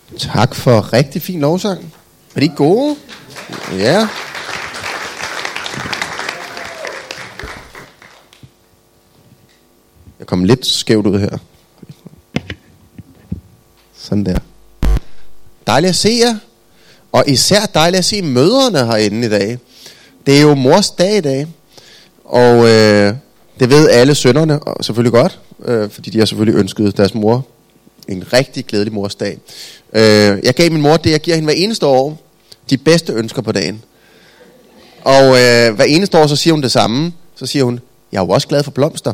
Tak for rigtig fin lovsang. Er de gode? Ja. Jeg kom lidt skævt ud her. Sådan der. Dejligt at se jer. Og især dejligt at se mødrene herinde i dag. Det er jo mors dag i dag. Og det ved alle sønnerne selvfølgelig godt. Fordi de har selvfølgelig ønsket deres mor en rigtig glædelig mors dag. Jeg gav min mor det, jeg giver hende hver eneste år. De bedste ønsker på dagen. Og hver eneste år, så siger hun det samme. Så siger hun, jeg er jo også glad for blomster.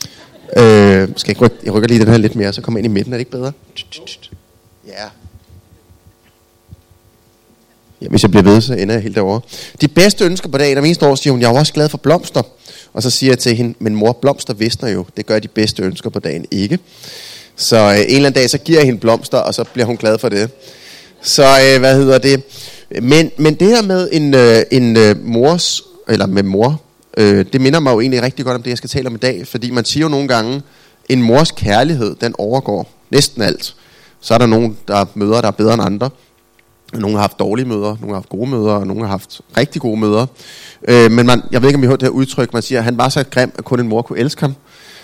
Jeg rykker lige den her lidt mere, så kommer jeg ind i midten. Er det ikke bedre? Ja. Ja, hvis jeg bliver ved, så ender jeg helt derovre. De bedste ønsker på dagen, og hver eneste år siger hun, jeg er jo også glad for blomster. Og så siger jeg til hende, men mor, blomster visner jo. Det gør de bedste ønsker på dagen ikke. Så en eller anden dag, så giver jeg hende blomster, og så bliver hun glad for det. Så Men det her med en mors, eller med mor, det minder mig jo egentlig rigtig godt om det, jeg skal tale om i dag. Fordi man siger jo nogle gange, en mors kærlighed, den overgår næsten alt. Så er der nogen, der møder, der er bedre end andre. Nogle har haft dårlige møder, nogle har haft gode møder, og nogle har haft rigtig gode møder. Men jeg ved ikke, om I har hørt det her udtryk, man siger, at han var så grim, at kun en mor kunne elske ham.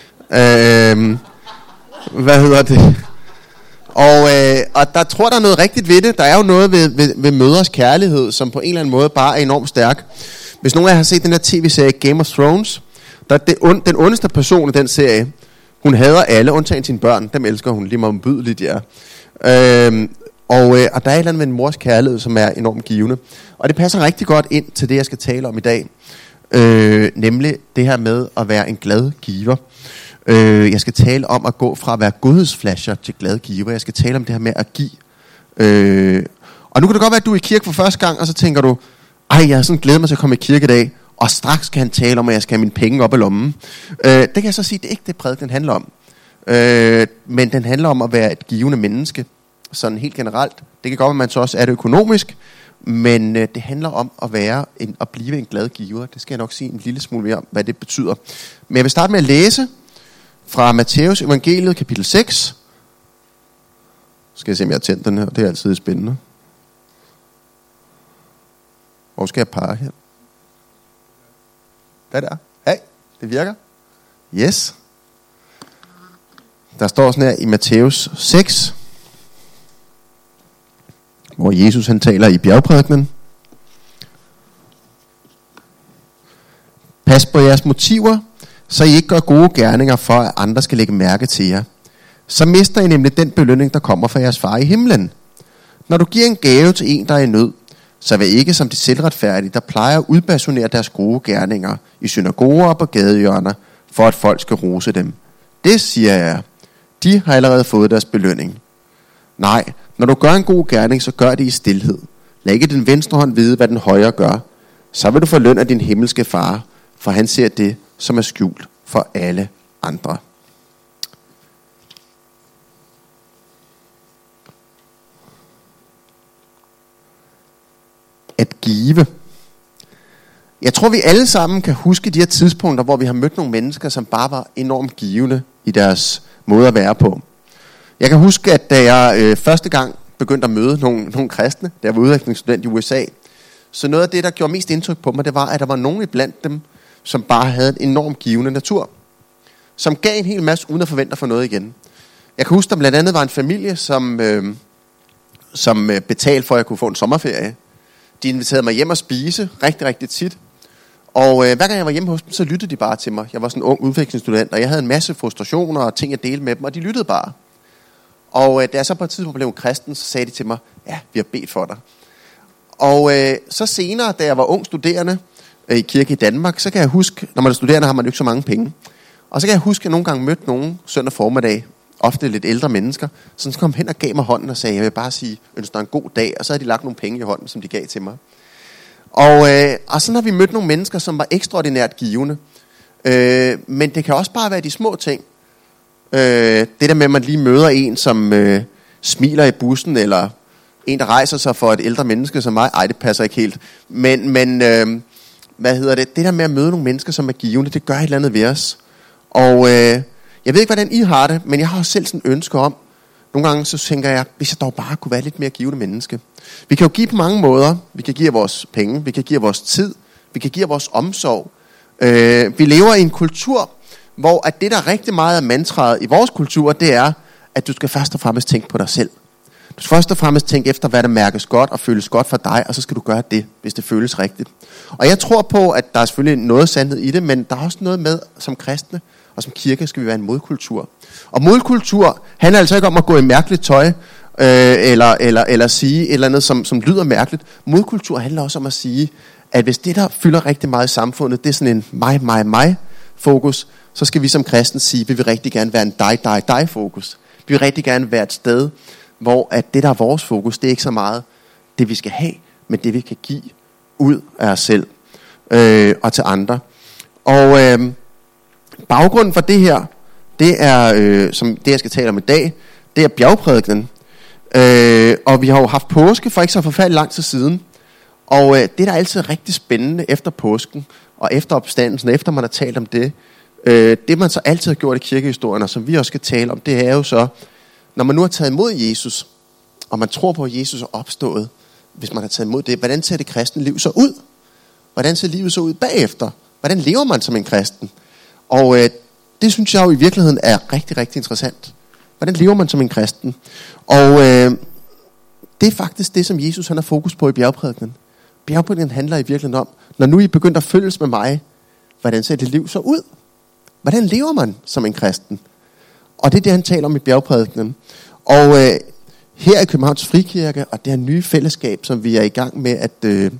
Og der tror der er noget rigtigt ved det. Der er jo noget ved mødres kærlighed, som på en eller anden måde bare er enormt stærk. Hvis nogen af jer har set den her tv-serie Game of Thrones, der er den ondeste person i den serie. Hun hader alle, undtagen sine børn. Dem elsker hun lige meget modbydeligt, ja. Og der er et eller andet med en mors kærlighed, som er enormt givende. Og det passer rigtig godt ind til det, jeg skal tale om i dag. Nemlig det her med at være en glad giver. Jeg skal tale om at gå fra at være godhedsflasher til glad giver. Jeg skal tale om det her med at give. Og nu kan det godt være, at du er i kirke for første gang, og så tænker du, jeg har sådan glædet mig til at komme i kirke i dag, og straks skal han tale om, at jeg skal have mine penge op i lommen. Det kan jeg så sige, det er ikke det prædiken handler om. Men den handler om at være et givende menneske. Sådan helt generelt. Det kan godt være, at man så også er det økonomisk, men det handler om at blive en glad giver. Det skal jeg nok sige en lille smule mere om, hvad det betyder. Men jeg vil starte med at læse fra Matthæus evangeliet, kapitel 6. Skal jeg se, om jeg har tændt den her. Det er altid spændende. Hvor skal jeg pege her? Hvad der? Hey, det virker. Yes. Der står sådan her i Matthæus 6, hvor Jesus han taler i bjergprædikenen. Pas på jeres motiver, så I ikke gør gode gerninger for, at andre skal lægge mærke til jer. Så mister I nemlig den belønning, der kommer fra jeres far i himlen. Når du giver en gave til en, der er i nød, så vær ikke som de selvretfærdige, der plejer at udbasunere deres gode gerninger i synagoger og på gadehjørner, for at folk skal rose dem. Det siger jeg. De har allerede fået deres belønning. Nej, når du gør en god gerning, så gør det i stilhed. Lad ikke din venstre hånd vide, hvad den højre gør. Så vil du få løn af din himmelske far, for han ser det, som er skjult for alle andre. At give. Jeg tror, vi alle sammen kan huske de her tidspunkter, hvor vi har mødt nogle mennesker, som bare var enormt givende i deres måde at være på. Jeg kan huske, at da jeg første gang begyndte at møde nogle kristne, da jeg var udvekslingsstudent i USA, så noget af det, der gjorde mest indtryk på mig, det var, at der var nogen iblandt dem, som bare havde en enormt givende natur. Som gav en hel masse, uden at forvente at få noget igen. Jeg kan huske, der blandt andet var en familie, som betalte for, at jeg kunne få en sommerferie. De inviterede mig hjem og spise rigtig, rigtig tit. Og hver gang jeg var hjemme hos dem, så lyttede de bare til mig. Jeg var sådan en ung udvekslingsstudent, og jeg havde en masse frustrationer og ting at dele med dem, og de lyttede bare. Og da jeg så på et tidspunkt blev kristen, så sagde de til mig, ja, vi har bedt for dig. Og så senere, da jeg var ung studerende i kirke i Danmark, så kan jeg huske, når man er studerende, har man jo ikke så mange penge. Og så kan jeg huske, at jeg nogle gange mødte nogen søndag formiddag, ofte lidt ældre mennesker, som kom hen og gav mig hånden og sagde, jeg vil bare sige, ønsker dig en god dag, og så havde de lagt nogle penge i hånden, som de gav til mig. Og sådan har vi mødt nogle mennesker, som var ekstraordinært givende. Men det kan også bare være de små ting. Det der med, at man lige møder en, som smiler i bussen, eller en, der rejser sig for et ældre menneske som mig. Ej, det passer ikke helt. Men det der med at møde nogle mennesker, som er givende, det gør et eller andet ved os. Og jeg ved ikke, hvordan I har det, men jeg har også selv sådan et ønske om Nogle gange så tænker jeg, hvis jeg dog bare kunne være lidt mere givende menneske. Vi kan jo give på mange måder. Vi kan give vores penge, vi kan give vores tid, vi kan give vores omsorg. Vi lever i en kultur, hvor at det, der er rigtig meget af mantraet i vores kultur, det er, at du skal først og fremmest tænke på dig selv. Du skal først og fremmest tænke efter, hvad der mærkes godt og føles godt for dig, og så skal du gøre det, hvis det føles rigtigt. Og jeg tror på, at der er selvfølgelig noget sandhed i det, men der er også noget med, som kristne og som kirke skal vi være en modkultur. Og modkultur handler altså ikke om at gå i mærkeligt tøj, eller sige et eller andet, som lyder mærkeligt. Modkultur handler også om at sige, at hvis det, der fylder rigtig meget i samfundet, det er sådan en mig-fokus, så skal vi som kristne sige, at vi vil rigtig gerne være en dig-fokus. Vi vil rigtig gerne være et sted, hvor at det, der er vores fokus, det er ikke så meget det, vi skal have, men det, vi kan give ud af os selv og til andre. Og baggrunden for det her, det er, som det, jeg skal tale om i dag, det er bjergprædikenen. Og vi har jo haft påske for ikke så forfærdeligt lang tid siden. Og det, der er altid rigtig spændende efter påsken, og efter opstandelsen, efter man har talt om det, det man så altid har gjort i kirkehistorien, og som vi også skal tale om, det er jo så, når man nu har taget imod Jesus, og man tror på, at Jesus er opstået, hvis man har taget imod det, hvordan ser det kristne liv så ud? Hvordan ser livet så ud bagefter? Hvordan lever man som en kristen? Og det synes jeg jo i virkeligheden er rigtig, rigtig interessant. Hvordan lever man som en kristen? Og det er faktisk det, som Jesus han har fokus på i bjergprædikenen. Bjergprædikenen handler i virkeligheden om, når nu I begynder at følges med mig, hvordan ser det liv så ud? Hvordan lever man som en kristen? Og det er det, han taler om i bjergprædikenen. Og her i Københavns Frikirke, og det her nye fællesskab, som vi er i gang med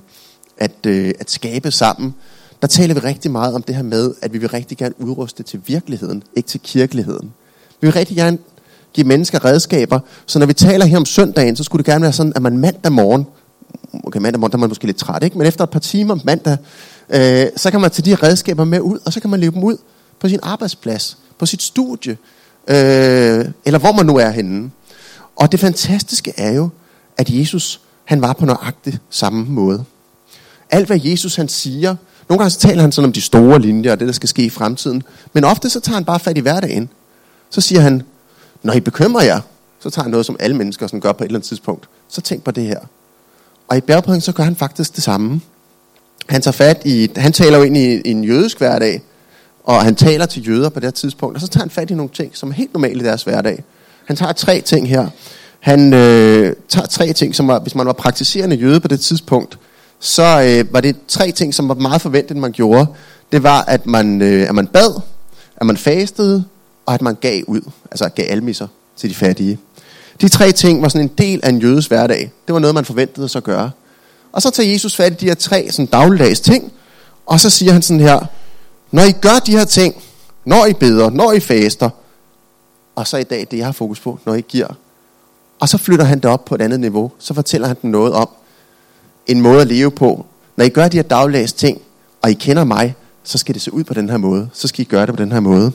at skabe sammen, der taler vi rigtig meget om det her med, at vi vil rigtig gerne udruste til virkeligheden, ikke til kirkeligheden. Vi vil rigtig gerne give mennesker redskaber, så når vi taler her om søndagen, så skulle det gerne være sådan, at man mandag morgen, der er man måske lidt træt, ikke? Men efter et par timer mandag, så kan man tage de redskaber med ud, og så kan man leve dem ud på sin arbejdsplads, på sit studie, eller hvor man nu er henne. Og det fantastiske er jo, at Jesus, han var på nøjagtigt samme måde. Alt hvad Jesus han siger, nogle gange så taler han sådan om de store linjer, og det der skal ske i fremtiden, men ofte så tager han bare fat i hverdagen. Så siger han, når I bekymrer jer, så tager han noget, som alle mennesker sådan gør på et eller andet tidspunkt. Så tænk på det her. Og i bjergprædikenen så gør han faktisk det samme. Han taler jo ind i en jødisk hverdag, og han taler til jøder på det her tidspunkt, og så tager han fat i nogle ting, som er helt normale i deres hverdag. Han tager 3 ting her. Han tager 3 ting, som var, hvis man var praktiserende jøde på det tidspunkt, så var det 3 ting, som var meget forventet, man gjorde. Det var, at man bad, at man fastede, og at man gav ud, altså gav almisser til de fattige. De 3 ting var sådan en del af en jødes hverdag. Det var noget, man forventede sig at gøre. Og så tager Jesus fat i de her 3 sådan dagligdags ting, og så siger han sådan her, når I gør de her ting, når I beder, når I faster, og så i dag det, jeg har fokus på, når I giver. Og så flytter han det op på et andet niveau. Så fortæller han dem noget om en måde at leve på. Når I gør de her dagligdags ting, og I kender mig, så skal det se ud på den her måde. Så skal I gøre det på den her måde.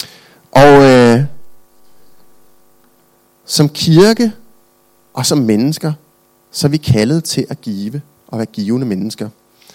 Og som kirke og som mennesker, så er vi kaldet til at give og være givende mennesker.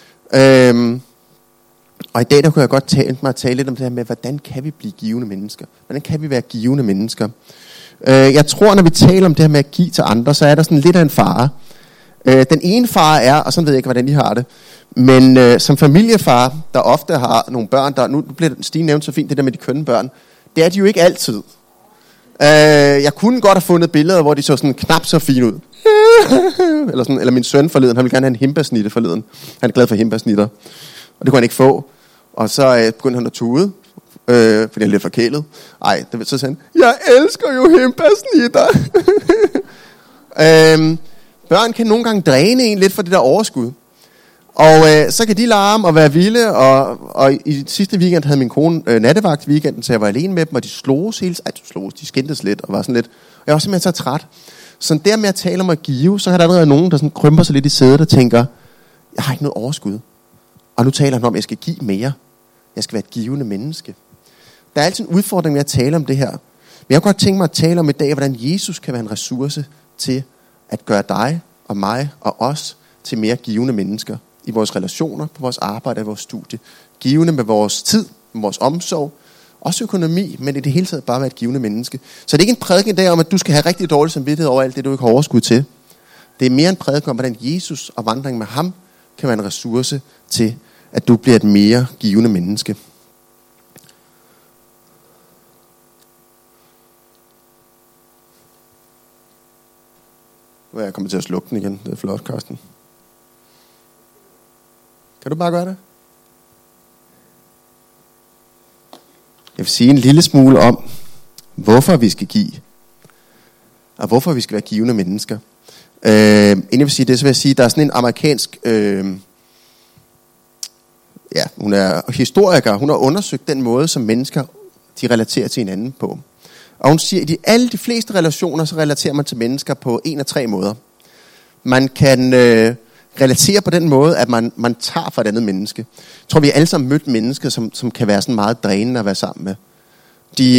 Og i dag der kunne jeg godt tale lidt om det her med, hvordan kan vi blive givende mennesker? Hvordan kan vi være givende mennesker? Jeg tror, når vi taler om det her med at give til andre, så er der sådan lidt af en fare. Den ene fare er, og sådan ved jeg ikke, hvordan I har det, men som familiefar, der ofte har nogle børn, der nu bliver Stine nævnt så fint, det der med de kønne børn, det er de jo ikke altid. Jeg kunne godt have fundet billeder, hvor de så sådan knap så fine ud. eller min søn forleden, han ville gerne have en himbasnitte forleden. Han er glad for himbasnitter. Og det kunne han ikke få. Og så begyndte han at tude, fordi han er lidt forkælet. Så sagde han, jeg elsker jo himbasnitter. Børn kan nogle gange dræne en lidt for det der overskud. Og så kan de larme og være vilde. Og i sidste weekend havde min kone nattevagt weekenden, så jeg var alene med dem, og de sloges de skændtes lidt og var sådan lidt. Og jeg var simpelthen så træt. Så der med at tale om at give, så har der allerede nogen, der sådan krymper sig lidt i sædet og tænker, jeg har ikke noget overskud. Og nu taler han om, at jeg skal give mere. Jeg skal være et givende menneske. Der er altid en udfordring med at tale om det her. Men jeg kunne godt tænke mig at tale om i dag, hvordan Jesus kan være en ressource til at gøre dig og mig og os til mere givende mennesker. I vores relationer, på vores arbejde og vores studie. Givende med vores tid, med vores omsorg Også økonomi, men i det hele taget bare være et givende menneske. Så det er ikke en prædiken der om, at du skal have rigtig dårlig samvittighed over alt det, du ikke har overskud til. Det er mere en prædiken om, hvordan Jesus og vandringen med ham kan være en ressource til, at du bliver et mere givende menneske. Nu er jeg kommet til at slukke den igen. Det er flot, Karsten. Kan du bare gøre det? Jeg vil sige en lille smule om, hvorfor vi skal give. Og hvorfor vi skal være givende mennesker. Inden jeg vil sige det, så vil jeg sige, at der er sådan en amerikansk... hun er historiker. Hun har undersøgt den måde, som mennesker de relaterer til hinanden på. Og hun siger, at i alle de fleste relationer, så relaterer man til mennesker på en af tre måder. Man kan relatere på den måde, at man tager fra et andet menneske. Jeg tror, vi har alle sammen mødt mennesker, som kan være sådan meget drænende at være sammen med. De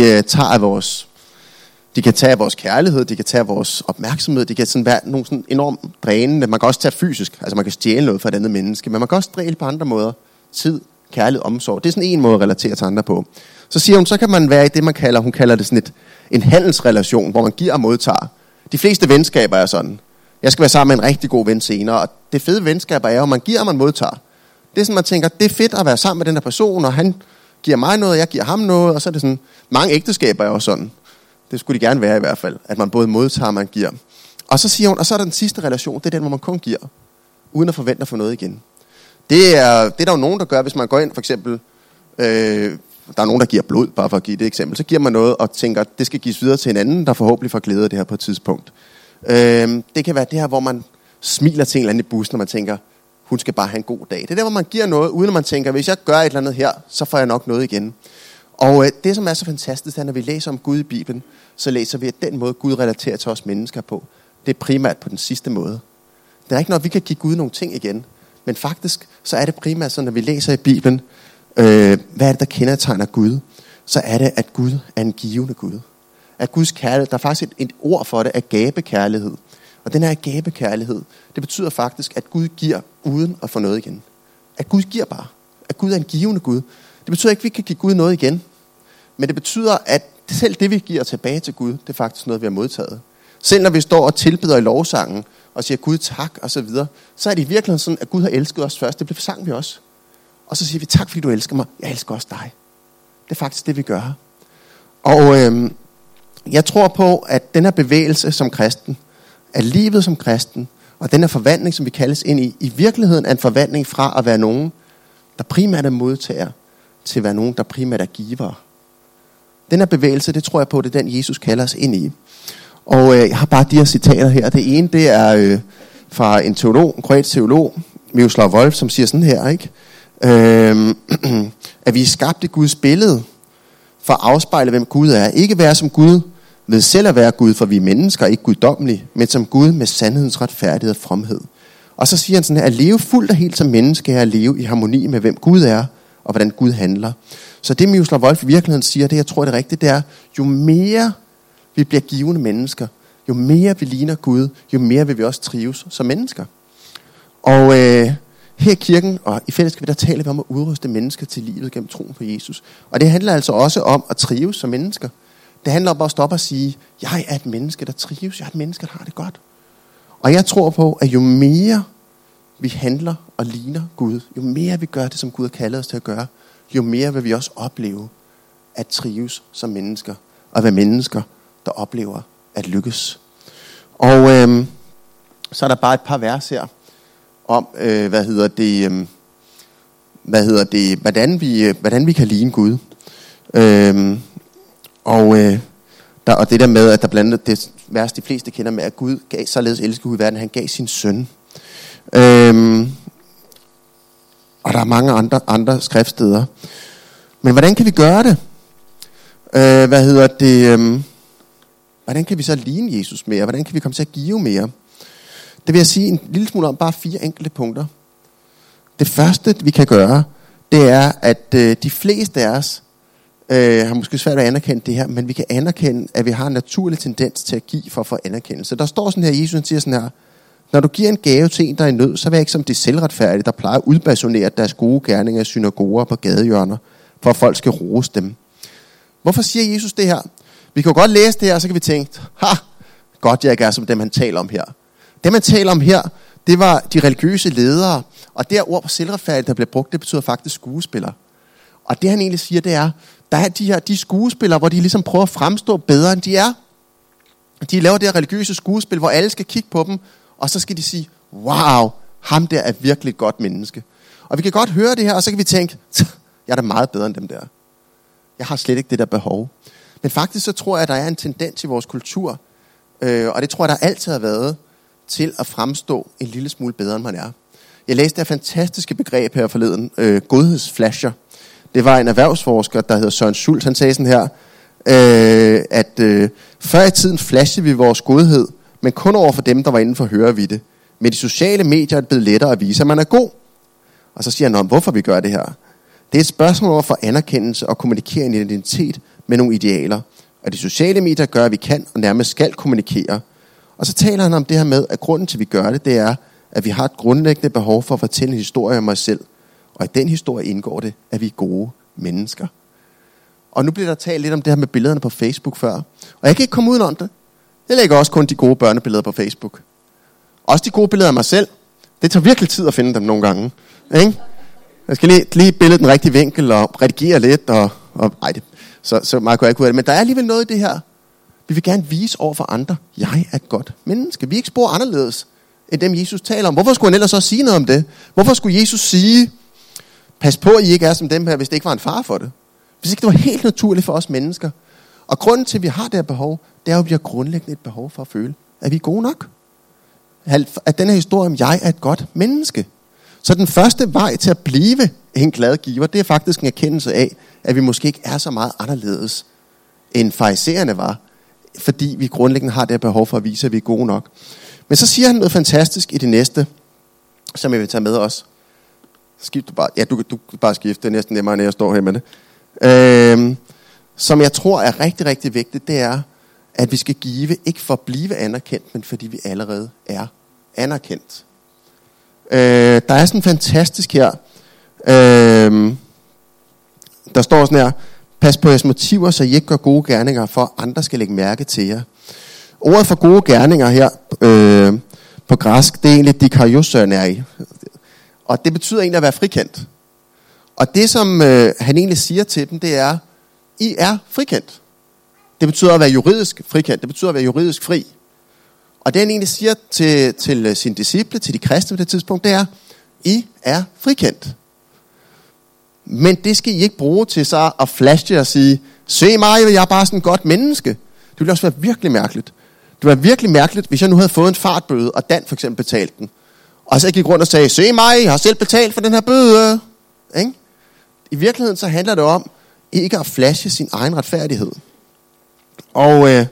kan tage af vores kærlighed, de kan tage af vores opmærksomhed, de kan sådan være nogle sådan enormt drænende. Man kan også tage fysisk, altså man kan stjæle noget fra et andet menneske, men man kan også dræle på andre måder. Tid, kærlighed, omsorg. Det er sådan en måde at relatere til andre på. Så siger hun, så kan man være i det, hun kalder det sådan en handelsrelation, hvor man giver og modtager. De fleste venskaber er sådan. Jeg skal være sammen med en rigtig god ven senere, og det fede venskaber er, at man giver og man modtager. Det er sådan, man tænker, det er fedt at være sammen med den her person, og han giver mig noget, jeg giver ham noget, og så er det sådan, mange ægteskaber er jo sådan. Det skulle de gerne være i hvert fald, at man både modtager og man giver. Og så siger hun, og så er der den sidste relation, det er den, hvor man kun giver, uden at forvente at få noget igen. Det er der jo nogen, der gør, hvis man går ind, for eksempel, der er nogen, der giver blod, bare for at give det eksempel, så giver man noget og tænker, det skal gives videre til en anden, der forhåbentlig får glæde af det her på et tidspunkt. Det kan være det her, hvor man smiler til en eller anden i bussen, når man tænker, hun skal bare have en god dag. Det er der, hvor man giver noget, uden at man tænker, hvis jeg gør et eller andet her, så får jeg nok noget igen. Og det, som er så fantastisk, er, når vi læser om Gud i Bibelen, så læser vi, at den måde, Gud relaterer til os mennesker på, det er primært på den sidste måde. Det er ikke noget, vi kan give Gud nogle ting igen, men faktisk, så er det primært sådan, når vi læser i Bibelen, hvad er det, der kendetegner Gud? Så er det, at Gud er en givende Gud. At Guds kærlighed, der er faktisk et ord for det, agabekærlighed. Og den her agabekærlighed, det betyder faktisk, at Gud giver uden at få noget igen. At Gud giver bare. At Gud er en givende Gud. Det betyder ikke, at vi kan give Gud noget igen. Men det betyder, at selv det, vi giver tilbage til Gud, det er faktisk noget, vi har modtaget. Selv når vi står og tilbeder i lovsangen, og siger Gud tak, og så videre, så er det i virkeligheden sådan, at Gud har elsket os først. Det blev sang vi også. Og så siger vi, tak fordi du elsker mig. Jeg elsker også dig. Det er faktisk det, vi gør. Og jeg tror på, at den her bevægelse som kristen, at livet som kristen, og den her forvandling, som vi kaldes ind i virkeligheden er en forvandling fra at være nogen, der primært er modtager, til at være nogen, der primært er giver. Den her bevægelse, det tror jeg på, det er den, Jesus kalder os ind i. Og jeg har bare de her citater her. Det ene, det er fra en kroatisk teolog, Miroslav Volf, som siger sådan her, ikke? At vi er skabt i Guds billede, for at afspejle, hvem Gud er. Ikke være som Gud, ved selv at være Gud, for vi er mennesker, ikke guddommelige, men som Gud med sandhedens retfærdighed og fromhed. Og så siger han sådan her, at leve fuldt og helt som menneske er at leve i harmoni med, hvem Gud er, og hvordan Gud handler. Så det Miroslav Volf i virkeligheden siger, det jeg tror det er rigtigt, det er, jo mere vi bliver givende mennesker, jo mere vi ligner Gud, jo mere vil vi også trives som mennesker. Og her i kirken og i fællesskabet, der taler vi om at udruste mennesker til livet gennem troen på Jesus. Og det handler altså også om at trives som mennesker. Det handler om at stoppe og sige, jeg er et menneske, der trives. Jeg er et menneske, der har det godt. Og jeg tror på, at jo mere vi handler og ligner Gud, jo mere vi gør det, som Gud har kaldet os til at gøre, jo mere vil vi også opleve at trives som mennesker. Og være mennesker, der oplever at lykkes. Og så er der bare et par vers her om, hvordan vi kan ligne Gud. Og det der med, at der blandt andet det vers, de fleste kender med, at Gud gav således elskede Gud i verden, han gav sin søn. Og der er mange andre skriftsteder. Men hvordan kan vi gøre det? Hvordan kan vi så ligne Jesus mere? Hvordan kan vi komme til at give mere? Det vil jeg sige en lille smule om, bare 4 enkelte punkter. Det første, vi kan gøre, det er, at de fleste af os har måske svært at anerkende det her, men vi kan anerkende, at vi har en naturlig tendens til at give for at få anerkendelse. Der står sådan her, Jesus siger sådan her, når du giver en gave til en, der er i nød, så vær ikke som de selvretfærdige, der plejer at udbasunere deres gode gerninger i synagoger på gadehjørner, for at folk skal rose dem. Hvorfor siger Jesus det her? Vi kan jo godt læse det her, og så kan vi tænke, godt jeg ikke er som dem, han taler om her. Dem, han taler om her, det var de religiøse ledere, og det her ord på selvretfærdigt, der bliver brugt, det betyder faktisk skuespillere. Og det han egentlig siger, det er, der er de skuespillere, hvor de ligesom prøver at fremstå bedre, end de er. De laver det her religiøse skuespil, hvor alle skal kigge på dem, og så skal de sige, wow, ham der er virkelig et godt menneske. Og vi kan godt høre det her, og så kan vi tænke, jeg er da meget bedre end dem der. Jeg har slet ikke det der behov. Men faktisk så tror jeg, at der er en tendens i vores kultur, og det tror jeg, der altid har været, til at fremstå en lille smule bedre, end man er. Jeg læste det fantastiske begreb her forleden, godhedsflasher. Det var en erhvervsforsker, der hedder Søren Schultz. Han sagde sådan her, at før i tiden flashede vi vores godhed, men kun over for dem, der var inden for hørevidde. Med de sociale medier er det blevet lettere at vise, at man er god. Og så siger han, hvorfor vi gør det her. Det er et spørgsmål over for anerkendelse og kommunikere en identitet med nogle idealer. Og de sociale medier gør, at vi kan og nærmest skal kommunikere. Og så taler han om det her med, at grunden til, at vi gør det, det er, at vi har et grundlæggende behov for at fortælle en historie om os selv. Og i den historie indgår det, at vi er gode mennesker. Og nu bliver der talt lidt om det her med billederne på Facebook før. Og jeg kan ikke komme udenom det. Jeg lægger også kun de gode børnebilleder på Facebook. Også de gode billeder af mig selv. Det tager virkelig tid at finde dem nogle gange. Ikke? Jeg skal lige billede den rigtige vinkel og redigere lidt. Så meget går jeg ikke ud af det. Men der er alligevel noget i det her. Vi vil gerne vise over for andre, jeg er et godt menneske. Vi er ikke spor anderledes, end dem Jesus taler om. Hvorfor skulle han ellers også sige noget om det? Hvorfor skulle Jesus sige, pas på, at I ikke er som dem her, hvis det ikke var en far for det? Hvis ikke det var helt naturligt for os mennesker. Og grunden til, at vi har det her behov, det er jo, at vi har grundlæggende et behov for at føle, at vi er gode nok. At den her historie om, jeg er et godt menneske. Så den første vej til at blive en glad giver, det er faktisk en erkendelse af, at vi måske ikke er så meget anderledes, end farisæerne var. Fordi vi grundlæggende har det her behov for at vise, at vi er gode nok. Men så siger han noget fantastisk i det næste, som jeg vil tage med os. Skift du bare. Ja, du kan bare skifte. Det er næsten nemmere, end jeg står her med det. Som jeg tror er rigtig, rigtig vigtigt, det er, at vi skal give, ikke for at blive anerkendt, men fordi vi allerede er anerkendt. Der er sådan fantastisk her. Der står sådan her, pas på jeres motiver, så I ikke gør gode gerninger, for at andre skal lægge mærke til jer. Ordet for gode gerninger her på græsk, det er egentlig dikaioserneri. Og det betyder egentlig at være frikendt. Og det som han egentlig siger til dem, det er, I er frikendt. Det betyder at være juridisk frikendt. Det betyder at være juridisk fri. Og det han egentlig siger til sine disciple, til de kristne på det tidspunkt, det er, I er frikendt. Men det skal I ikke bruge til så at flashe og sige, se mig, jeg er bare sådan et godt menneske. Det ville også være virkelig mærkeligt. Det ville være virkelig mærkeligt, hvis jeg nu havde fået en fartbøde, og Dan for eksempel betalte den. Og så jeg gik rundt og sagde, se mig, jeg har selv betalt for den her bøde. Ikke? I virkeligheden så handler det om, ikke at flashe sin egen retfærdighed. Og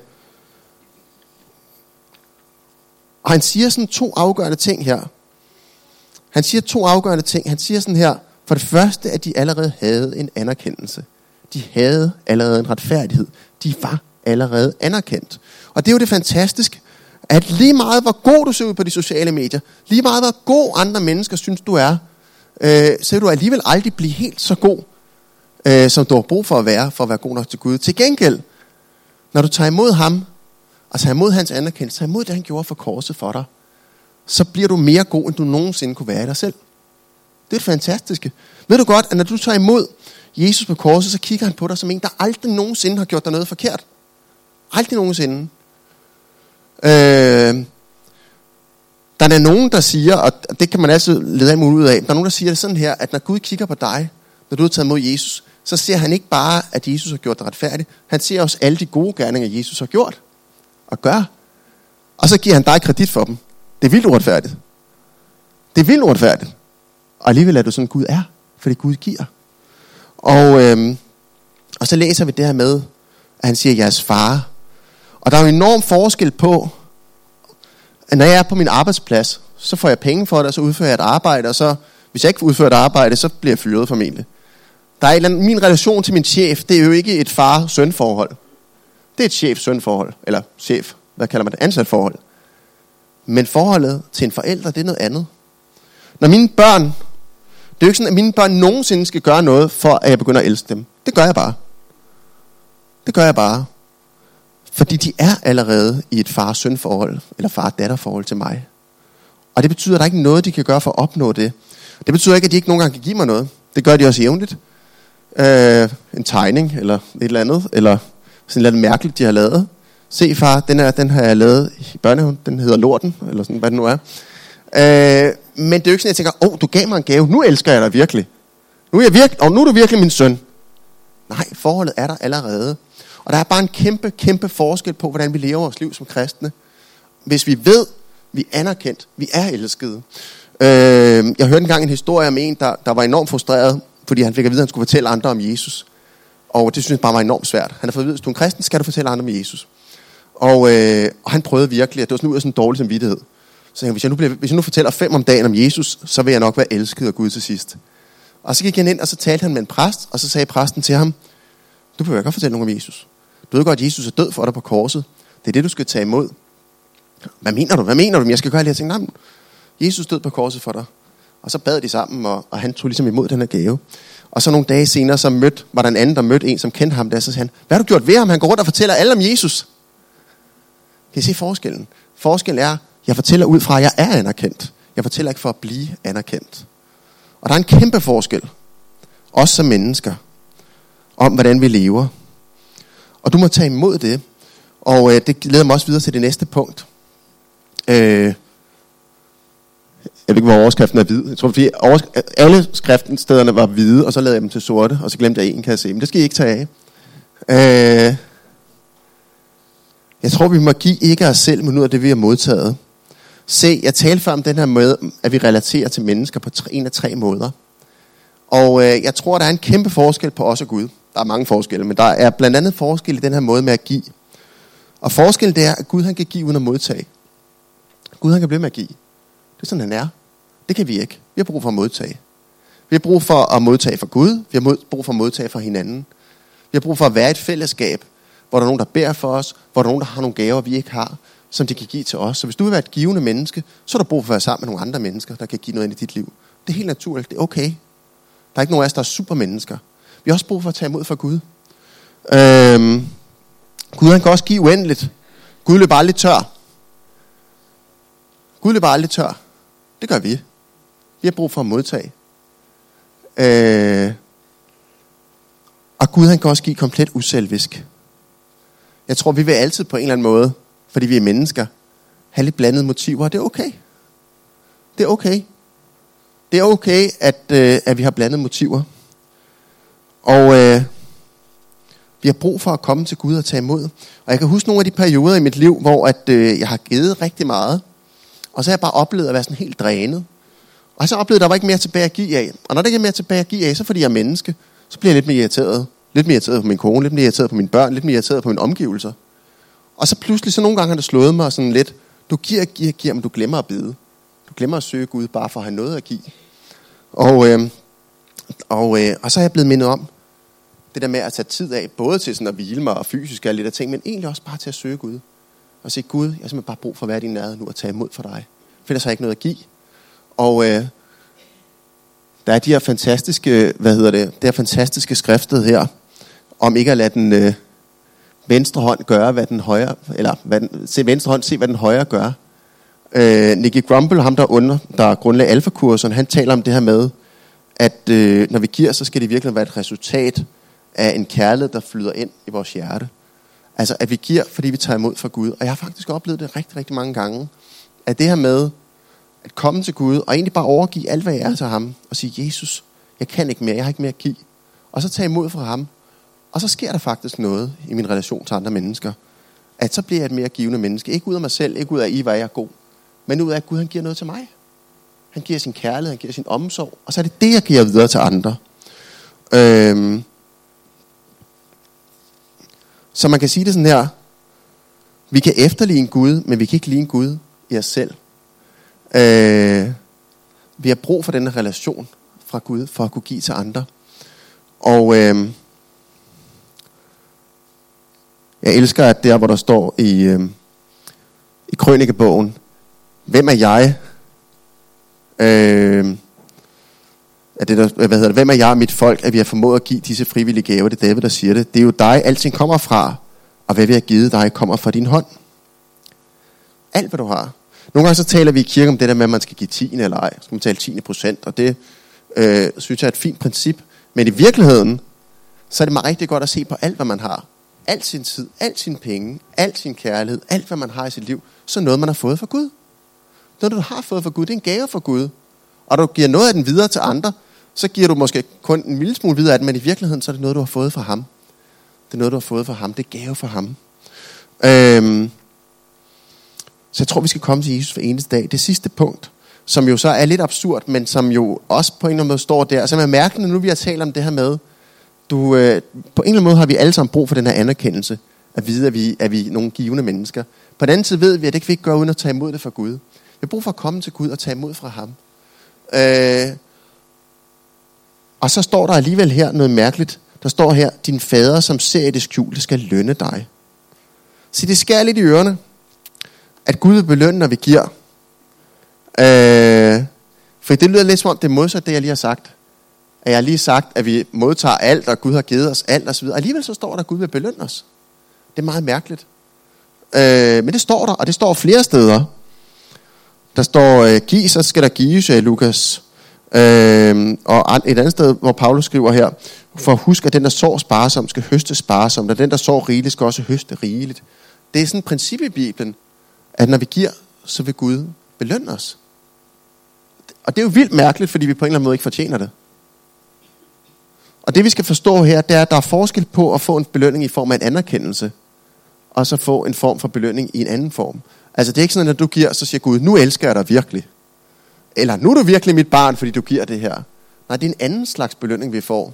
han siger sådan 2 afgørende ting her. Han siger 2 afgørende ting. Han siger sådan her, for det første, at de allerede havde en anerkendelse. De havde allerede en retfærdighed. De var allerede anerkendt. Og det er jo det fantastiske, at lige meget hvor god du ser ud på de sociale medier, lige meget hvor god andre mennesker synes du er, så vil du alligevel aldrig blive helt så god, som du har brug for at være god nok til Gud. Til gengæld, når du tager imod ham, og tager imod hans anerkendelse, tager imod det han gjorde for korset for dig, så bliver du mere god, end du nogensinde kunne være i dig selv. Det er det fantastiske. Ved du godt, at når du tager imod Jesus på korset, så kigger han på dig som en, der aldrig nogensinde har gjort dig noget forkert. Aldrig nogensinde. Der er nogen, der siger, og det kan man altid lede af ud af, der er nogen, der siger det sådan her, at når Gud kigger på dig, når du har taget imod Jesus, så ser han ikke bare, at Jesus har gjort dig retfærdig. Han ser også alle de gode gerninger, Jesus har gjort og gør. Og så giver han dig kredit for dem. Det er vildt uretfærdigt. Det er vildt uretfærdigt. Og alligevel er du sådan, Gud er, fordi Gud giver. Og så læser vi det her med, at han siger, jeres far. Og der er jo en enorm forskel på, at når jeg er på min arbejdsplads, så får jeg penge for det, og så udfører jeg et arbejde, og så, hvis jeg ikke udfører et arbejde, så bliver jeg fyret formentlig. Der er min relation til min chef, det er jo ikke et far-søn-forhold. Det er et chef-søn-forhold, eller chef, hvad kalder man det, ansat-forhold. Men forholdet til en forælder, det er noget andet. Når mine børn, det er jo ikke sådan, at mine børn nogensinde skal gøre noget, for at jeg begynder at elske dem. Det gør jeg bare. Det gør jeg bare. Fordi de er allerede i et far-søn forhold, eller far-datter forhold til mig. Og det betyder, at der ikke er noget, de kan gøre for at opnå det. Det betyder ikke, at de ikke nogen gange kan give mig noget. Det gør de også jævnligt. En tegning, eller et eller andet, eller sådan noget mærkeligt, de har lavet. Se far, den har jeg lavet i børnehaven, den hedder Lorten, eller sådan, hvad det nu er. Men det er jo ikke sådan, at jeg tænker, du gav mig en gave, nu elsker jeg dig virkelig. Nu er du virkelig min søn. Nej, forholdet er der allerede. Og der er bare en kæmpe, kæmpe forskel på, hvordan vi lever vores liv som kristne. Hvis vi ved, vi er anerkendt, vi er elskede. Jeg hørte engang en historie om en, der var enormt frustreret, fordi han fik at vide, at han skulle fortælle andre om Jesus. Og det synes jeg bare var enormt svært. Han har fået at vide, hvis du er en kristen, skal du fortælle andre om Jesus. Og han prøvede virkelig, at det var sådan ud af sådan en dårlig samvittighed. Så hvis jeg nu fortæller 5 om dagen om Jesus, så vil jeg nok være elsket af Gud til sidst. Og så gik han ind, og så talte han med en præst, og så sagde præsten til ham, du behøver ikke fortælle nogen om Jesus. Du ved godt, at Jesus er død for dig på korset. Det er det, du skal tage imod. Hvad mener du? Men jeg skal gøre det her ting. Nej, Jesus død på korset for dig. Og så bad de sammen, og han tog ligesom imod den her gave. Og så nogle dage senere, var der en anden, der mødte en, som kendte ham der. Så sagde han, hvad har du gjort ved ham? Han går rundt og fortæller alle om Jesus. Kan I se forskellen? Forskellen er, jeg fortæller ud fra, at jeg er anerkendt. Jeg fortæller ikke for at blive anerkendt. Og der er en kæmpe forskel, også som mennesker, om hvordan vi lever. Og du må tage imod det. Og det leder mig også videre til det næste punkt. Jeg ved ikke, hvor overskriften er hvid. Jeg tror, fordi alle skriftenstederne var hvide, og så lavede jeg dem til sorte, og så glemte jeg en, kan jeg se. Men det skal I ikke tage af. Jeg tror, vi må give ikke os selv, men ud af det, vi har modtaget. Se, jeg talte før om den her måde, at vi relaterer til mennesker på en af 3 måder. Og jeg tror, der er en kæmpe forskel på os og Gud. Der er mange forskelle, men der er blandt andet forskel i den her måde med at give. Og forskellen det er, at Gud han kan give uden at modtage. Gud han kan blive med at give. Det er sådan, han er. Det kan vi ikke. Vi har brug for at modtage. Vi har brug for at modtage fra Gud. Vi har brug for at modtage fra hinanden. Vi har brug for at være et fællesskab, hvor der er nogen, der beder for os, hvor der er nogen, der har nogle gaver, vi ikke har, som de kan give til os. Så hvis du vil være et givende menneske, så er der brug for at være sammen med nogle andre mennesker, der kan give noget ind i dit liv. Det er helt naturligt. Det er okay. Der er ikke nogen af os, der er supermennesker. Vi har også brug for at tage imod fra Gud. Gud han kan også give uendeligt. Gud løber aldrig tør. Gud løber aldrig tør. Det gør vi. Vi har brug for at modtage. Og Gud han kan også give komplet uselvisk. Jeg tror, vi vil altid på en eller anden måde, fordi vi er mennesker, have lidt blandede motiver. Det er okay. Det er okay. Det er okay, at vi har blandede motiver. Og vi har brug for at komme til Gud og tage imod. Og jeg kan huske nogle af de perioder i mit liv, hvor jeg har givet rigtig meget. Og så har jeg bare oplevet at være sådan helt drænet. Og så oplevede, at der var ikke mere tilbage at give af. Og når der ikke er mere tilbage at give af, så fordi jeg er menneske, så bliver jeg lidt mere irriteret. Lidt mere irriteret på min kone, lidt mere irriteret på mine børn, lidt mere irriteret på mine omgivelser. Og så pludselig, så nogle gange har det slået mig sådan lidt, du giver, men du glemmer at bede. Du glemmer at søge Gud, bare for at have noget at give. Og så er jeg blevet mindet om, det der med at tage tid af, både til sådan at hvile mig og fysisk og lidt af ting, men egentlig også bare til at søge Gud. Og sige, Gud, jeg har simpelthen bare brug for at være i din nærhed nu og tage imod for dig. For ellers har jeg ikke noget at give. Og der er de her fantastiske, det her fantastiske skriftet her, om ikke at lade den venstre hånd gøre, hvad den højre, eller venstre hånd se, hvad den højre gør. Nicky Grumble, ham der grundlagde alfakursen, han taler om det her med, at når vi giver, så skal det virkelig være et resultat af en kærlighed, der flyder ind i vores hjerte. Altså, at vi giver, fordi vi tager imod fra Gud. Og jeg har faktisk oplevet det rigtig, rigtig mange gange, at det her med at komme til Gud, og egentlig bare overgive alt, hvad jeg er til ham, og sige, Jesus, jeg kan ikke mere, jeg har ikke mere at give. Og så tage imod fra ham. Og så sker der faktisk noget i min relation til andre mennesker. At så bliver jeg et mere givende menneske. Ikke ud af mig selv, ikke ud af, hvor jeg er god, men ud af, at Gud han giver noget til mig. Han giver sin kærlighed, han giver sin omsorg, og så er det det, jeg giver videre til andre. Så man kan sige det sådan her. Vi kan efterligne Gud, men vi kan ikke ligne Gud i os selv. Vi har brug for denne relation fra Gud, for at kunne give til andre. Og jeg elsker, at der, hvor der står i Krønikebogen, hvem er jeg? hvem er jeg og mit folk, at vi har formået at give disse frivillige gaver? Det er David, der siger det. Det er jo dig, alting kommer fra, og hvad vi har givet dig, kommer fra din hånd. Alt, hvad du har. Nogle gange så taler vi i kirke om det der med, at man skal give 10 eller ej. Så skal man tale 10%, og det synes jeg er et fint princip. Men i virkeligheden, så er det meget rigtig godt at se på alt, hvad man har. Al sin tid, al sine penge, al sin kærlighed, alt, hvad man har i sit liv, så noget, man har fået fra Gud. Noget, du har fået fra Gud, det er en gave fra Gud. Og du giver noget af den videre til andre, så giver du måske kun en lille smule videre af den, men i virkeligheden, så er det noget, du har fået fra ham. Det er noget, du har fået fra ham. Det er gave fra ham. Så jeg tror, vi skal komme til Jesus for eneste dag. Det sidste punkt, som jo så er lidt absurd, men som jo også på en eller anden måde står der, som er mærkeligt, nu vi har talt om det her med, på en eller anden måde har vi alle sammen brug for den her anerkendelse, at vide, at vi er nogle givende mennesker. På den anden side ved vi, at det kan vi ikke gøre uden at tage imod det fra Gud. Vi har brug for at komme til Gud og tage imod fra ham. Og så står der alligevel her noget mærkeligt. Der står her, din fader, som ser i det skjulte, skal lønne dig. Så det skærer lidt i ørerne, at Gud vil belønne, når vi giver. For det lyder lidt som om, det er modsat det, jeg lige har sagt. At jeg har lige sagt, at vi modtager alt, og Gud har givet os alt, osv. Alligevel så står der, at Gud vil belønne os. Det er meget mærkeligt. Men det står der, og det står flere steder. Der står, giv, så skal der gives, i Lukas. Og et andet sted, hvor Paulus skriver her, for husk, at den, der sår sparsom, skal høste sparsomt, og den, der sår rigeligt, skal også høste rigeligt. Det er sådan et princip i Bibelen, at når vi giver, så vil Gud belønne os. Og det er jo vildt mærkeligt, fordi vi på en eller anden måde ikke fortjener det. Og det vi skal forstå her, det er, at der er forskel på at få en belønning i form af en anerkendelse, og så få en form for belønning i en anden form. Altså det er ikke sådan, at du giver, så siger Gud, nu elsker jeg dig virkelig. Eller nu er du virkelig mit barn, fordi du giver det her. Nej, det er en anden slags belønning, vi får.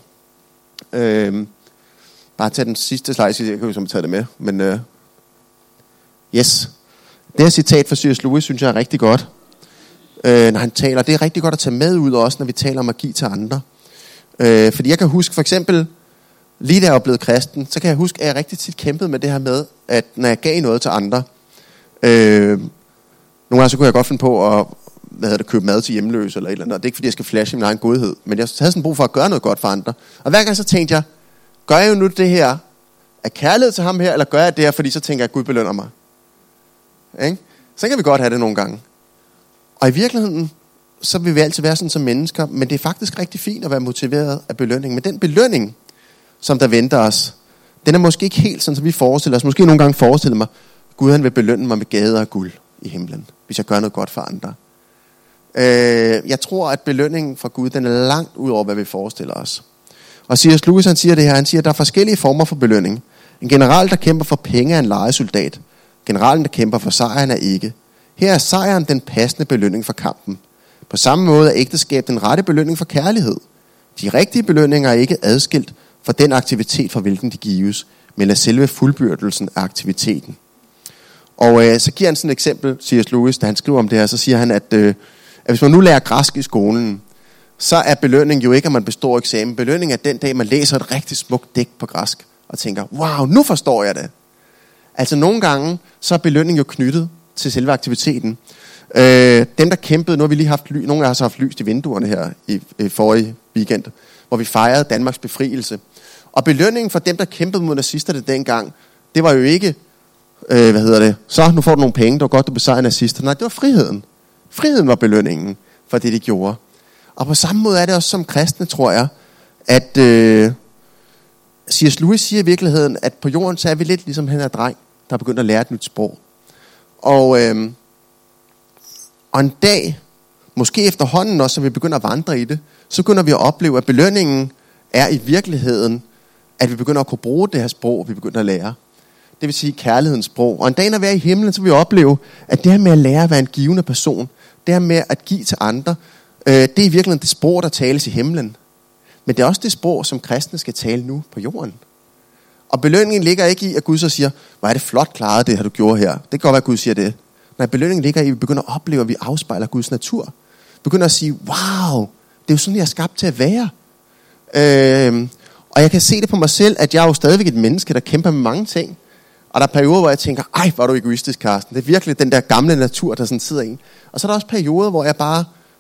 Bare tage den sidste slide, jeg kan jo som tage det med. Men yes. Det her citat fra C.S. Lewis, synes jeg er rigtig godt. Når han taler, det er rigtig godt at tage med ud også, når vi taler om at give til andre. Fordi jeg kan huske for eksempel, lige da jeg var blevet kristen, så kan jeg huske, at jeg rigtig tit kæmpede med det her med, at når jeg gav noget til andre, nogle gange så kunne jeg godt finde på at købe mad til hjemløse eller et eller andet. Og det er ikke fordi jeg skal flashe min egen godhed, men jeg havde sådan brug for at gøre noget godt for andre. Og hver gang så tænkte jeg, gør jeg jo nu det her af kærlighed til ham her, eller gør jeg det her, fordi så tænker jeg, at Gud belønner mig. Ikke? Så kan vi godt have det nogle gange. Og i virkeligheden, så vil vi altid være sådan som mennesker, men det er faktisk rigtig fint at være motiveret af belønning. Men den belønning, som der venter os, den er måske ikke helt sådan, som vi forestiller os. Måske nogle gange forestiller mig, Gud han vil belønne mig med gader og guld i himlen, hvis jeg gør noget godt for andre. Jeg tror, at belønningen fra Gud, den er langt ud over, hvad vi forestiller os. Og C.S. Lewis, han siger det her, han siger, at der er forskellige former for belønning. En general, der kæmper for penge, er en lejesoldat. Generalen, der kæmper for sejren, er ikke. Her er sejren den passende belønning for kampen. På samme måde er ægteskab den rette belønning for kærlighed. De rigtige belønninger er ikke adskilt fra den aktivitet, for hvilken de gives, men af selve fuldbyrdelsen af aktiviteten. Og så giver han sådan et eksempel, C.S. Lewis, da han skriver om det her, så siger han, at hvis man nu lærer græsk i skolen, så er belønning jo ikke, at man består eksamen. Belønning er den dag, man læser et rigtig smukt digt på græsk, og tænker, wow, nu forstår jeg det. Altså nogle gange, så er belønning jo knyttet til selve aktiviteten. Dem, der kæmpede, nu har vi lige haft nogle af os har haft lys i vinduerne her i forrige weekend, hvor vi fejrede Danmarks befrielse. Og belønningen for dem, der kæmpede mod nazisterne dengang, det var jo ikke, så nu får du nogle penge, det var godt, du besejrede nazister. Nej, det var friheden. Friheden var belønningen for det, de gjorde. Og på samme måde er det også som kristne, tror jeg, at C.S. Lewis siger i virkeligheden, at på jorden, så er vi lidt ligesom han er dreng, der er begyndt at lære et nyt sprog. Og en dag, måske efterhånden også, så vi begynder at vandre i det, så begynder vi at opleve, at belønningen er i virkeligheden, at vi begynder at kunne bruge det her sprog, vi begynder at lære. Det vil sige kærlighedens sprog. Og en dag, når vi er i himlen, så vil vi opleve, at det her med at lære at være en givende person, det her med at give til andre, det er i virkeligheden det sprog, der tales i himlen. Men det er også det sprog, som kristne skal tale nu på jorden. Og belønningen ligger ikke i, at Gud så siger, hvor er det flot klaret, det har du gjort her. Det kan godt være, at Gud siger det. Nej, belønningen ligger i, at vi begynder at opleve, at vi afspejler Guds natur. Vi begynder at sige, wow, det er jo sådan, jeg er skabt til at være. Og jeg kan se det på mig selv, at jeg er jo stadigvæk et menneske, der kæmper med mange ting. Og der er perioder, hvor jeg tænker, hvor er du egoistisk, Carsten. Det er virkelig den der gamle natur, der sådan sidder i. Og så er der også perioder, hvor jeg bare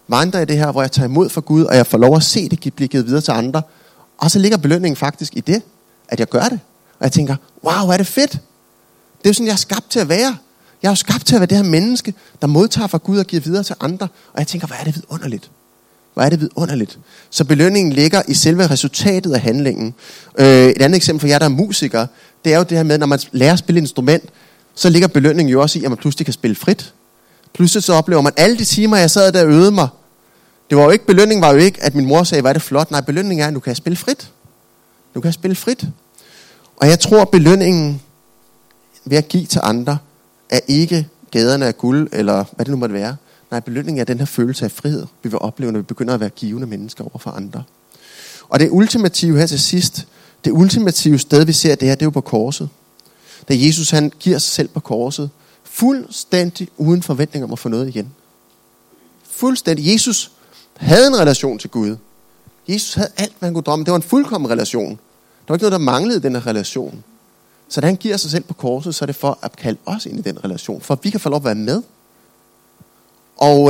vandrer i det her, hvor jeg tager imod fra Gud, og jeg får lov at se det blive givet videre til andre. Og så ligger belønningen faktisk i det, at jeg gør det. Og jeg tænker, wow, hvor er det fedt. Det er jo sådan, jeg er skabt til at være. Jeg er jo skabt til at være det her menneske, der modtager fra Gud og giver videre til andre. Og jeg tænker, hvor er det vidunderligt. Hvor er det vidunderligt. Så belønningen ligger i selve resultatet af handlingen. Et andet eksempel for jer, der er musikere, det er jo det her med, når man lærer at spille et instrument, så ligger belønningen jo også i, at man pludselig kan spille frit. Pludselig så oplever man alle de timer, jeg sad der og øvede mig. Det var jo ikke, belønningen var jo ikke, at min mor sagde, hvor er det flot. Nej, belønningen er, at nu kan jeg spille frit. Nu kan jeg spille frit. Og jeg tror, belønningen ved at give til andre, er ikke gaderne af guld, eller hvad det nu måtte være. Nej, belønningen er den her følelse af frihed, vi vil opleve, når vi begynder at være givende mennesker over for andre. Og det ultimative her til sidst, det ultimative sted, vi ser det her, det er jo på korset. Da Jesus, han giver sig selv på korset, fuldstændig uden forventning om at få noget igen. Fuldstændig. Jesus havde en relation til Gud. Jesus havde alt, hvad han kunne drømme. Det var en fuldkommen relation. Der var ikke noget, der manglede i den her relation. Så da han giver sig selv på korset, så er det for at kalde os ind i den relation. For at vi kan få lov at være med. Og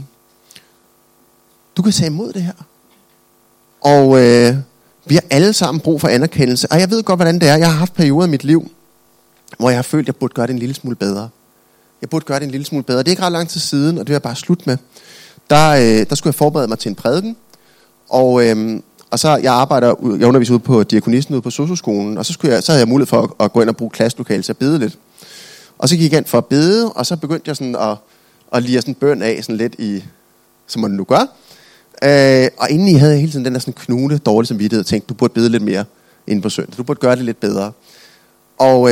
du kan tage imod det her. Og vi har alle sammen brug for anerkendelse. Og jeg ved godt, hvordan det er. Jeg har haft perioder i mit liv, hvor jeg har følt, at jeg burde gøre det en lille smule bedre. Jeg burde gøre det en lille smule bedre. Det er ikke ret lang tid siden, og det vil jeg bare slutte med. Der skulle jeg forberede mig til en prædiken. Og så jeg underviser ude på diakonissen ude på Sosu-skolen, og så havde jeg mulighed for at gå ind og bruge klasselokalet til at bede lidt. Og så gik jeg ind for at bede, og så begyndte jeg sådan at lire sådan en bøn af sådan lidt i, som man nu gør. Og indeni havde jeg hele tiden den der sådan knude dårlig samvittighed og tænkte, du burde bede lidt mere inde på søndag. Du burde gøre det lidt bedre. Og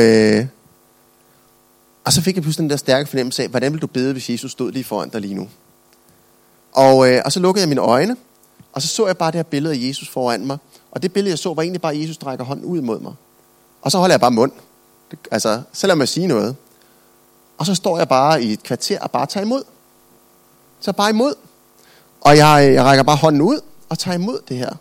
så fik jeg pludselig den der stærke fornemmelse af, hvordan ville du bede, hvis Jesus stod lige foran dig lige nu? Og så lukkede jeg mine øjne, og så jeg bare det her billede af Jesus foran mig. Og det billede, jeg så, var egentlig bare, at Jesus strækker hånden ud mod mig. Og så holder jeg bare mund. Selvom jeg siger noget. Og så står jeg bare i et kvarter og bare tager imod. Så bare imod. Og jeg rækker bare hånden ud og tager imod det her.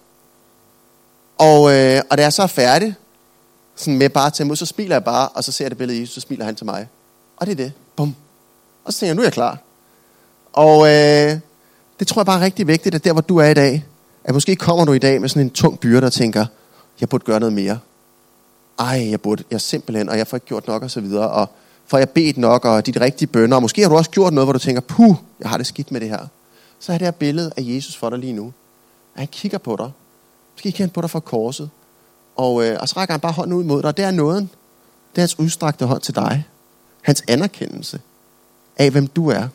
Og da jeg så er færdig, sådan med bare at tage imod, så smiler jeg bare, og så ser jeg det billede af Jesus, så smiler han til mig. Og det er det. Bum. Og så tænker jeg, nu er jeg klar. Og det tror jeg bare er rigtig vigtigt, at der hvor du er i dag, at måske kommer du i dag med sådan en tung byrde, og tænker, jeg burde gøre noget mere. Jeg simpelthen, og jeg får ikke gjort nok, og så videre, og får jeg bedt nok, og de rigtige bønner, og måske har du også gjort noget, hvor du tænker, jeg har det skidt med det her. Så er det her billede af Jesus for dig lige nu. At han kigger på dig. Måske kigger han på dig fra korset. Og så rækker han bare hånden ud mod dig, og det er nåden. Det er hans udstrakte hånd til dig. Hans anerkendelse af, hvem du er.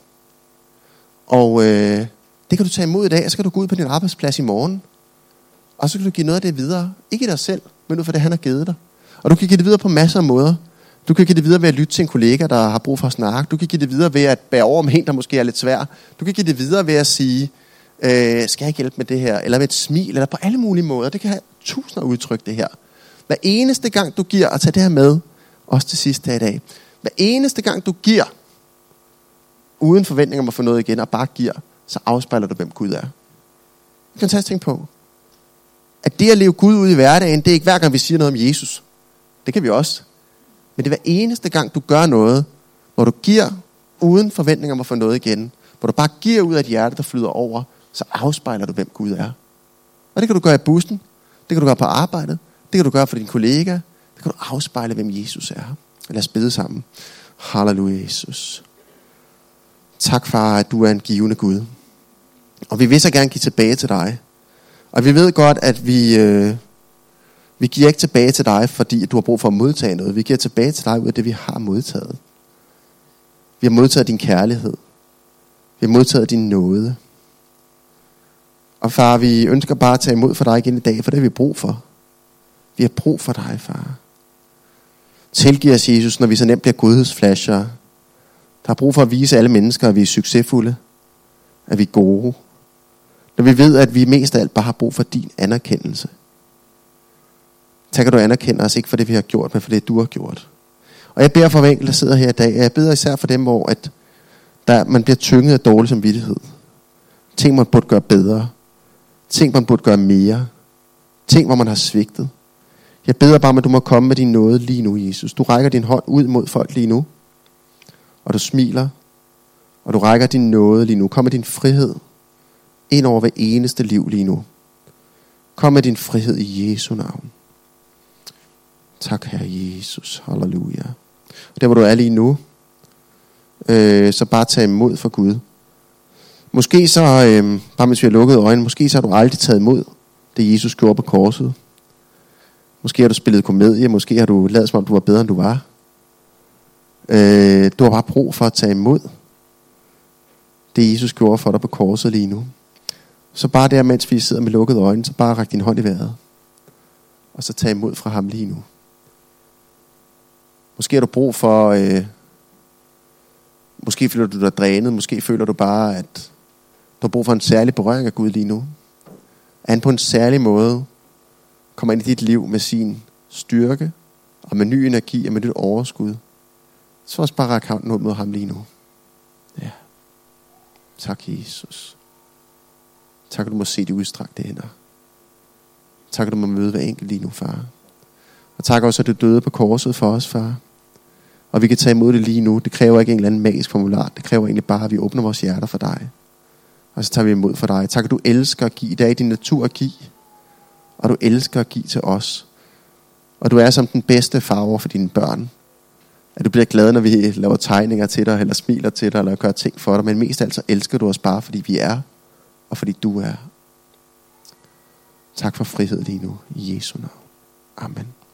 Og det kan du tage imod i dag, og så kan du gå ud på din arbejdsplads i morgen. Og så kan du give noget af det videre. Ikke i dig selv, men ud for det, han har givet dig. Og du kan give det videre på masser af måder. Du kan give det videre ved at lytte til en kollega, der har brug for at snakke. Du kan give det videre ved at bære over med en, der måske er lidt svær. Du kan give det videre ved at sige, skal jeg ikke hjælpe med det her? Eller ved et smil, eller på alle mulige måder. Det kan have tusinder af udtryk, det her. Hver eneste gang du giver, og tag det her med, også til sidst her i dag. Hver eneste gang du giver, uden forventning om at få noget igen, og bare giver, så afspejler du, hvem Gud er. Du kan tage tænke på, at det at leve Gud ud i hverdagen, det er ikke hver gang vi siger noget om Jesus. Det kan vi også. Men det er hver eneste gang du gør noget, hvor du giver uden forventning om at få noget igen, hvor du bare giver ud af et hjerte, der flyder over, så afspejler du, hvem Gud er. Og det kan du gøre i bussen, det kan du gøre på arbejdet, det kan du gøre for din kollega, det kan du afspejle, hvem Jesus er. Lad os bede sammen. Halleluja, Jesus. Tak, far, at du er en givende Gud. Og vi vil så gerne give tilbage til dig. Og vi ved godt, at vi giver ikke tilbage til dig, fordi du har brug for at modtage noget. Vi giver tilbage til dig ud af det, vi har modtaget. Vi har modtaget din kærlighed. Vi har modtaget din nåde. Og far, vi ønsker bare at tage imod for dig igen i dag, for det har vi brug for. Vi har brug for dig, far. Tilgiv os, Jesus, når vi så nemt bliver godhedsflasher. Der er brug for at vise alle mennesker, at vi er succesfulde. At vi er gode. Når vi ved, at vi mest af alt bare har brug for din anerkendelse. Tak, at du anerkender os, ikke for det, vi har gjort, men for det, du har gjort. Og jeg beder for hver enkelt, der sidder her i dag. Og jeg beder især for dem, hvor man bliver tynget af dårlig samvittighed. Ting, man burde gøre bedre. Ting, man burde gøre mere. Ting, hvor man har svigtet. Jeg beder bare, at du må komme med din nåde lige nu, Jesus. Du rækker din hånd ud mod folk lige nu. Og du smiler. Og du rækker din nåde lige nu. Kom med din frihed. ind over hver eneste liv lige nu. Kom med din frihed i Jesu navn. Tak, Herre Jesus. Halleluja. Og der hvor du er lige nu, så bare tag imod for Gud. Måske så, bare mens vi har lukket øjnene, måske så har du aldrig taget imod det Jesus gjorde på korset. Måske har du spillet komedie, måske har du ladet som om du var bedre end du var. Du har bare brug for at tage imod det Jesus gjorde for dig på korset lige nu. Så bare der, mens vi sidder med lukkede øjne, så bare ræk din hånd i vejret. Og så tag imod fra ham lige nu. Måske har du brug for, måske føler du dig drænet, måske føler du bare, at du har brug for en særlig berøring af Gud lige nu. At han på en særlig måde kommer ind i dit liv med sin styrke, og med ny energi, og med dit overskud. Så også bare ræk hånden ud mod ham lige nu. Ja. Tak, Jesus. Tak, at du må se de udstrakte hænder. Tak, at du må møde hver enkelt lige nu, far. Og tak også, at du døde på korset for os, far. Og vi kan tage imod det lige nu. Det kræver ikke en eller anden magisk formular. Det kræver egentlig bare, at vi åbner vores hjerter for dig. Og så tager vi imod for dig. Tak, at du elsker at give. Det er i din natur at give. Og du elsker at give til os. Og du er som den bedste far over for dine børn. At du bliver glad, når vi laver tegninger til dig, eller smiler til dig, eller gør ting for dig. Men mest altså elsker du os bare, fordi vi er, og fordi du er. Tak for frihed lige nu, i Jesu navn. Amen.